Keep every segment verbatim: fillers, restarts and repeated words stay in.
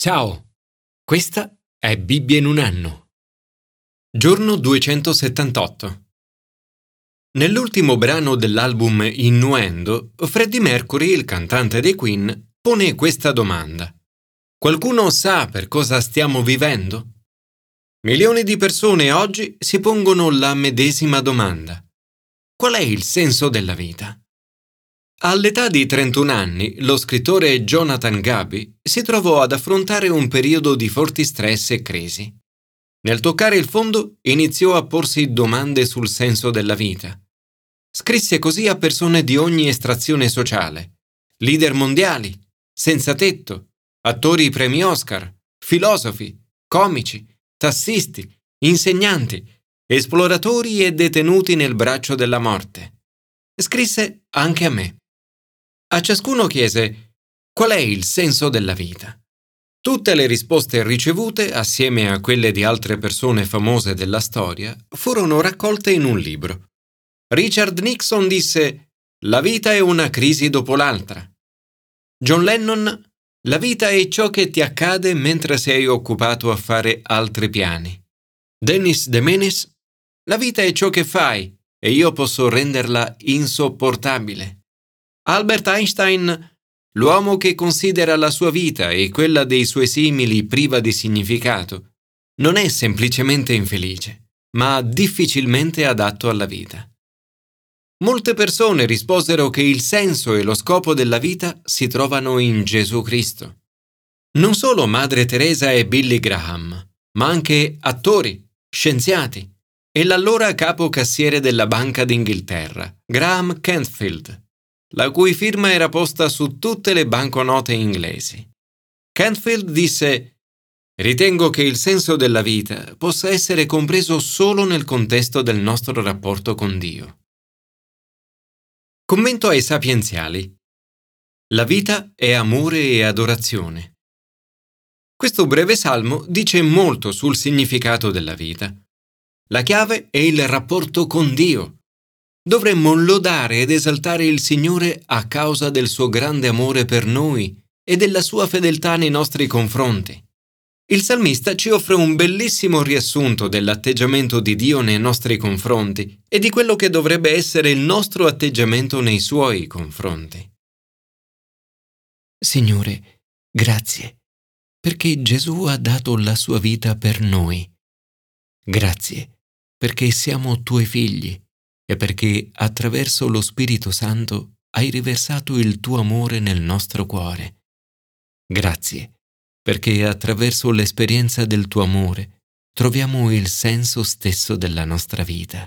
Ciao, questa è Bibbia in un anno. Giorno duecentosettantotto. Nell'ultimo brano dell'album Innuendo, Freddie Mercury, il cantante dei Queen, pone questa domanda. Qualcuno sa per cosa stiamo vivendo? Milioni di persone oggi si pongono la medesima domanda. Qual è il senso della vita? All'età di trentuno anni, lo scrittore Jonathan Gaby si trovò ad affrontare un periodo di forti stress e crisi. Nel toccare il fondo, iniziò a porsi domande sul senso della vita. Scrisse così a persone di ogni estrazione sociale, leader mondiali, senza tetto, attori premi Oscar, filosofi, comici, tassisti, insegnanti, esploratori e detenuti nel braccio della morte. Scrisse anche a me. A ciascuno chiese: qual è il senso della vita? Tutte le risposte ricevute, assieme a quelle di altre persone famose della storia, furono raccolte in un libro. Richard Nixon disse: la vita è una crisi dopo l'altra. John Lennon: la vita è ciò che ti accade mentre sei occupato a fare altri piani. Dennis De Menes: la vita è ciò che fai e io posso renderla insopportabile. Albert Einstein: l'uomo che considera la sua vita e quella dei suoi simili priva di significato non è semplicemente infelice, ma difficilmente adatto alla vita. Molte persone risposero che il senso e lo scopo della vita si trovano in Gesù Cristo. Non solo Madre Teresa e Billy Graham, ma anche attori, scienziati e l'allora capo cassiere della Banca d'Inghilterra, Graham Canfield, la cui firma era posta su tutte le banconote inglesi. Canfield disse: ritengo che il senso della vita possa essere compreso solo nel contesto del nostro rapporto con Dio. Commento ai sapienziali. La vita è amore e adorazione. Questo breve salmo dice molto sul significato della vita. La chiave è il rapporto con Dio. Dovremmo lodare ed esaltare il Signore a causa del suo grande amore per noi e della sua fedeltà nei nostri confronti. Il salmista ci offre un bellissimo riassunto dell'atteggiamento di Dio nei nostri confronti e di quello che dovrebbe essere il nostro atteggiamento nei suoi confronti. Signore, grazie, perché Gesù ha dato la sua vita per noi. Grazie, perché siamo tuoi figli e perché attraverso lo Spirito Santo hai riversato il tuo amore nel nostro cuore. Grazie, perché attraverso l'esperienza del tuo amore troviamo il senso stesso della nostra vita.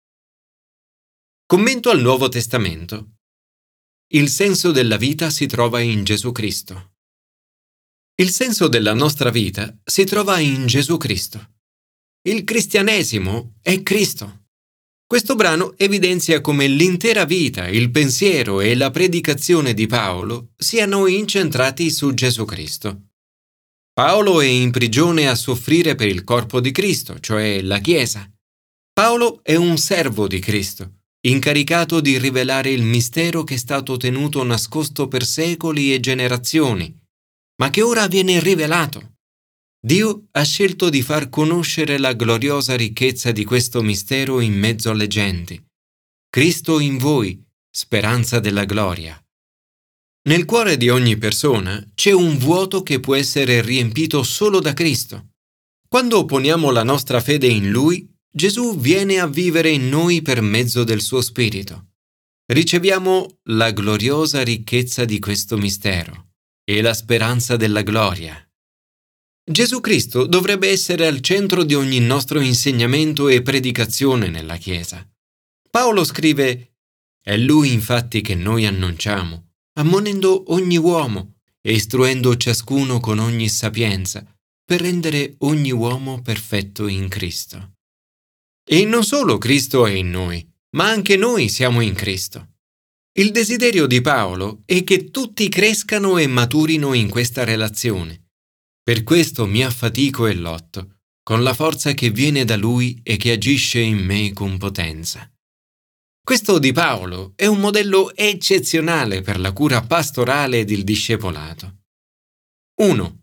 Commento al Nuovo Testamento. Il senso della vita si trova in Gesù Cristo. Il senso della nostra vita si trova in Gesù Cristo. Il cristianesimo è Cristo. Questo brano evidenzia come l'intera vita, il pensiero e la predicazione di Paolo siano incentrati su Gesù Cristo. Paolo è in prigione a soffrire per il corpo di Cristo, cioè la Chiesa. Paolo è un servo di Cristo, incaricato di rivelare il mistero che è stato tenuto nascosto per secoli e generazioni, ma che ora viene rivelato. Dio ha scelto di far conoscere la gloriosa ricchezza di questo mistero in mezzo alle genti. Cristo in voi, speranza della gloria. Nel cuore di ogni persona c'è un vuoto che può essere riempito solo da Cristo. Quando poniamo la nostra fede in Lui, Gesù viene a vivere in noi per mezzo del suo Spirito. Riceviamo la gloriosa ricchezza di questo mistero e la speranza della gloria. Gesù Cristo dovrebbe essere al centro di ogni nostro insegnamento e predicazione nella Chiesa. Paolo scrive: è Lui infatti che noi annunciamo, ammonendo ogni uomo e istruendo ciascuno con ogni sapienza, per rendere ogni uomo perfetto in Cristo. E non solo Cristo è in noi, ma anche noi siamo in Cristo. Il desiderio di Paolo è che tutti crescano e maturino in questa relazione. Per questo mi affatico e lotto, con la forza che viene da Lui e che agisce in me con potenza. Questo di Paolo è un modello eccezionale per la cura pastorale ed il discepolato. uno.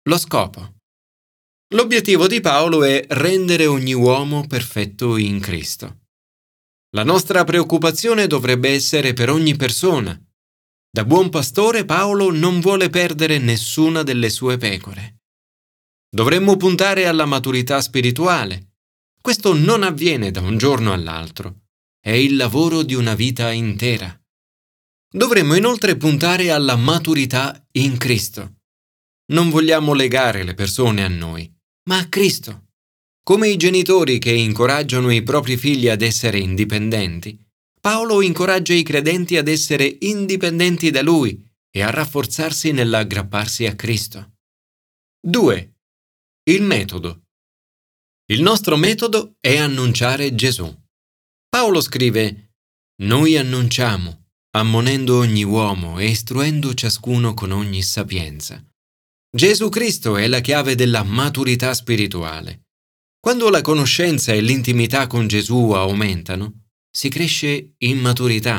lo scopo. L'obiettivo di Paolo è rendere ogni uomo perfetto in Cristo. La nostra preoccupazione dovrebbe essere per ogni persona. Da buon pastore Paolo non vuole perdere nessuna delle sue pecore. Dovremmo puntare alla maturità spirituale. Questo non avviene da un giorno all'altro. È il lavoro di una vita intera. Dovremmo inoltre puntare alla maturità in Cristo. Non vogliamo legare le persone a noi, ma a Cristo. Come i genitori che incoraggiano i propri figli ad essere indipendenti, Paolo incoraggia i credenti ad essere indipendenti da lui e a rafforzarsi nell'aggrapparsi a Cristo. due. Il metodo. Il nostro metodo è annunciare Gesù. Paolo scrive: «Noi annunciamo, ammonendo ogni uomo e istruendo ciascuno con ogni sapienza». Gesù Cristo è la chiave della maturità spirituale. Quando la conoscenza e l'intimità con Gesù aumentano, si cresce in maturità.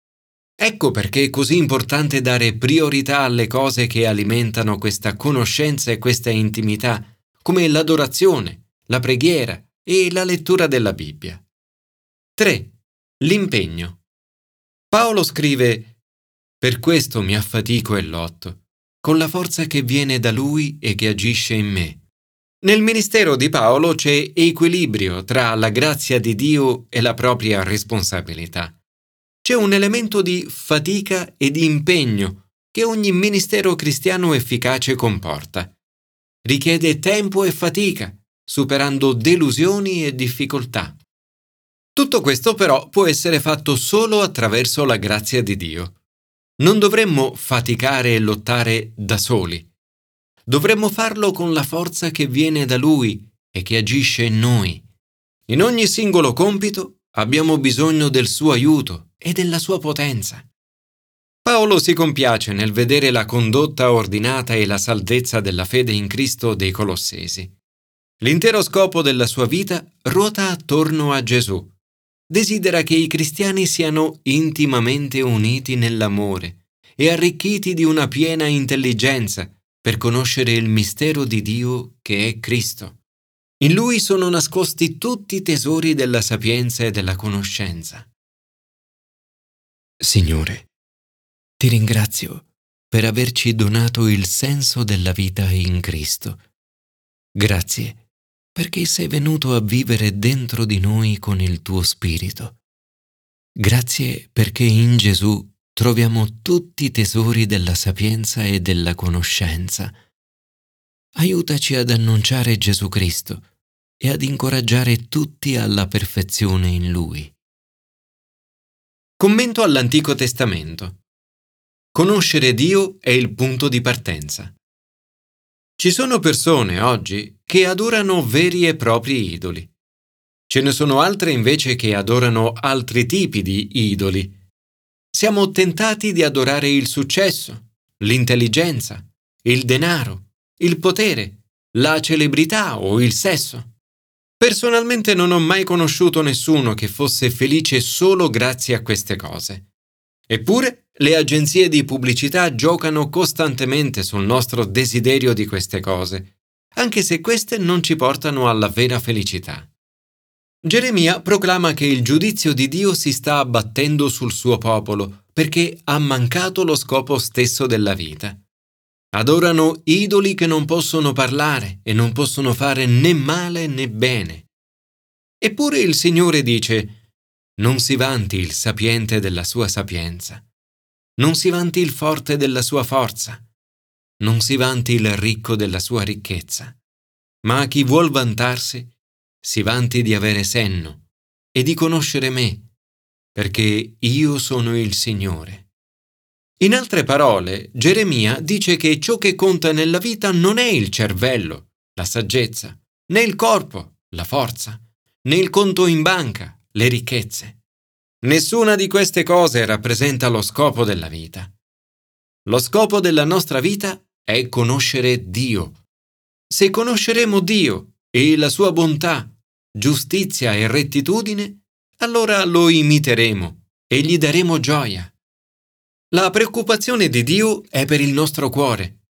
Ecco perché è così importante dare priorità alle cose che alimentano questa conoscenza e questa intimità, come l'adorazione, la preghiera e la lettura della Bibbia. tre. L'impegno. Paolo scrive: «Per questo mi affatico e lotto, con la forza che viene da Lui e che agisce in me». Nel ministero di Paolo c'è equilibrio tra la grazia di Dio e la propria responsabilità. C'è un elemento di fatica e di impegno che ogni ministero cristiano efficace comporta. Richiede tempo e fatica, superando delusioni e difficoltà. Tutto questo però può essere fatto solo attraverso la grazia di Dio. Non dovremmo faticare e lottare da soli. Dovremmo farlo con la forza che viene da Lui e che agisce in noi. In ogni singolo compito abbiamo bisogno del suo aiuto e della sua potenza. Paolo si compiace nel vedere la condotta ordinata e la saldezza della fede in Cristo dei Colossesi. L'intero scopo della sua vita ruota attorno a Gesù. Desidera che i cristiani siano intimamente uniti nell'amore e arricchiti di una piena intelligenza per conoscere il mistero di Dio che è Cristo. In Lui sono nascosti tutti i tesori della sapienza e della conoscenza. Signore, ti ringrazio per averci donato il senso della vita in Cristo. Grazie perché sei venuto a vivere dentro di noi con il tuo Spirito. Grazie perché in Gesù troviamo tutti i tesori della sapienza e della conoscenza. Aiutaci ad annunciare Gesù Cristo e ad incoraggiare tutti alla perfezione in Lui. Commento all'Antico Testamento. Conoscere Dio è il punto di partenza. Ci sono persone oggi che adorano veri e propri idoli. Ce ne sono altre invece che adorano altri tipi di idoli. Siamo tentati di adorare il successo, l'intelligenza, il denaro, il potere, la celebrità o il sesso. Personalmente non ho mai conosciuto nessuno che fosse felice solo grazie a queste cose. Eppure, le agenzie di pubblicità giocano costantemente sul nostro desiderio di queste cose, anche se queste non ci portano alla vera felicità. Geremia proclama che il giudizio di Dio si sta abbattendo sul suo popolo perché ha mancato lo scopo stesso della vita. Adorano idoli che non possono parlare e non possono fare né male né bene. Eppure il Signore dice: non si vanti il sapiente della sua sapienza, non si vanti il forte della sua forza, non si vanti il ricco della sua ricchezza, ma chi vuol vantarsi si vanti di avere senno e di conoscere me, perché io sono il Signore. In altre parole, Geremia dice che ciò che conta nella vita non è il cervello, la saggezza, né il corpo, la forza, né il conto in banca, le ricchezze. Nessuna di queste cose rappresenta lo scopo della vita. Lo scopo della nostra vita è conoscere Dio. Se conosceremo Dio e la sua bontà, giustizia e rettitudine, allora lo imiteremo e gli daremo gioia. La preoccupazione di Dio è per il nostro cuore.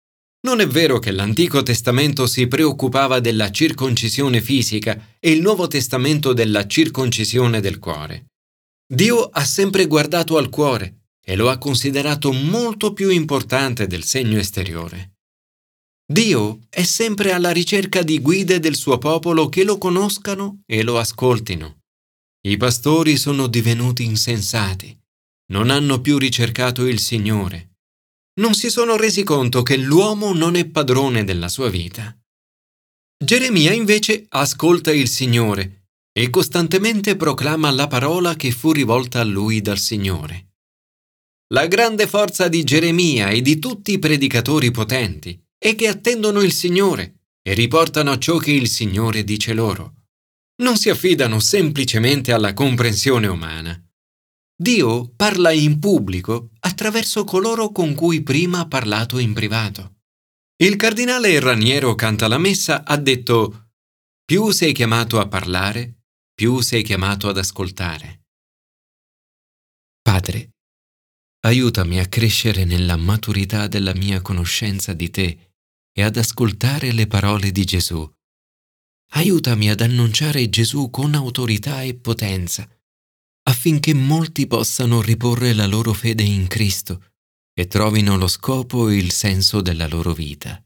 Non è vero che l'Antico Testamento si preoccupava della circoncisione fisica e il Nuovo Testamento della circoncisione del cuore. Dio ha sempre guardato al cuore e lo ha considerato molto più importante del segno esteriore. Dio è sempre alla ricerca di guide del suo popolo che lo conoscano e lo ascoltino. I pastori sono divenuti insensati, non hanno più ricercato il Signore. Non si sono resi conto che l'uomo non è padrone della sua vita. Geremia invece ascolta il Signore e costantemente proclama la parola che fu rivolta a lui dal Signore. La grande forza di Geremia e di tutti i predicatori potenti è che attendono il Signore e riportano ciò che il Signore dice loro. Non si affidano semplicemente alla comprensione umana. Dio parla in pubblico attraverso coloro con cui prima ha parlato in privato. Il cardinale Raniero Cantalamessa ha detto: più sei chiamato a parlare, più sei chiamato ad ascoltare. Padre, aiutami a crescere nella maturità della mia conoscenza di te e ad ascoltare le parole di Gesù. Aiutami ad annunciare Gesù con autorità e potenza, affinché molti possano riporre la loro fede in Cristo e trovino lo scopo e il senso della loro vita.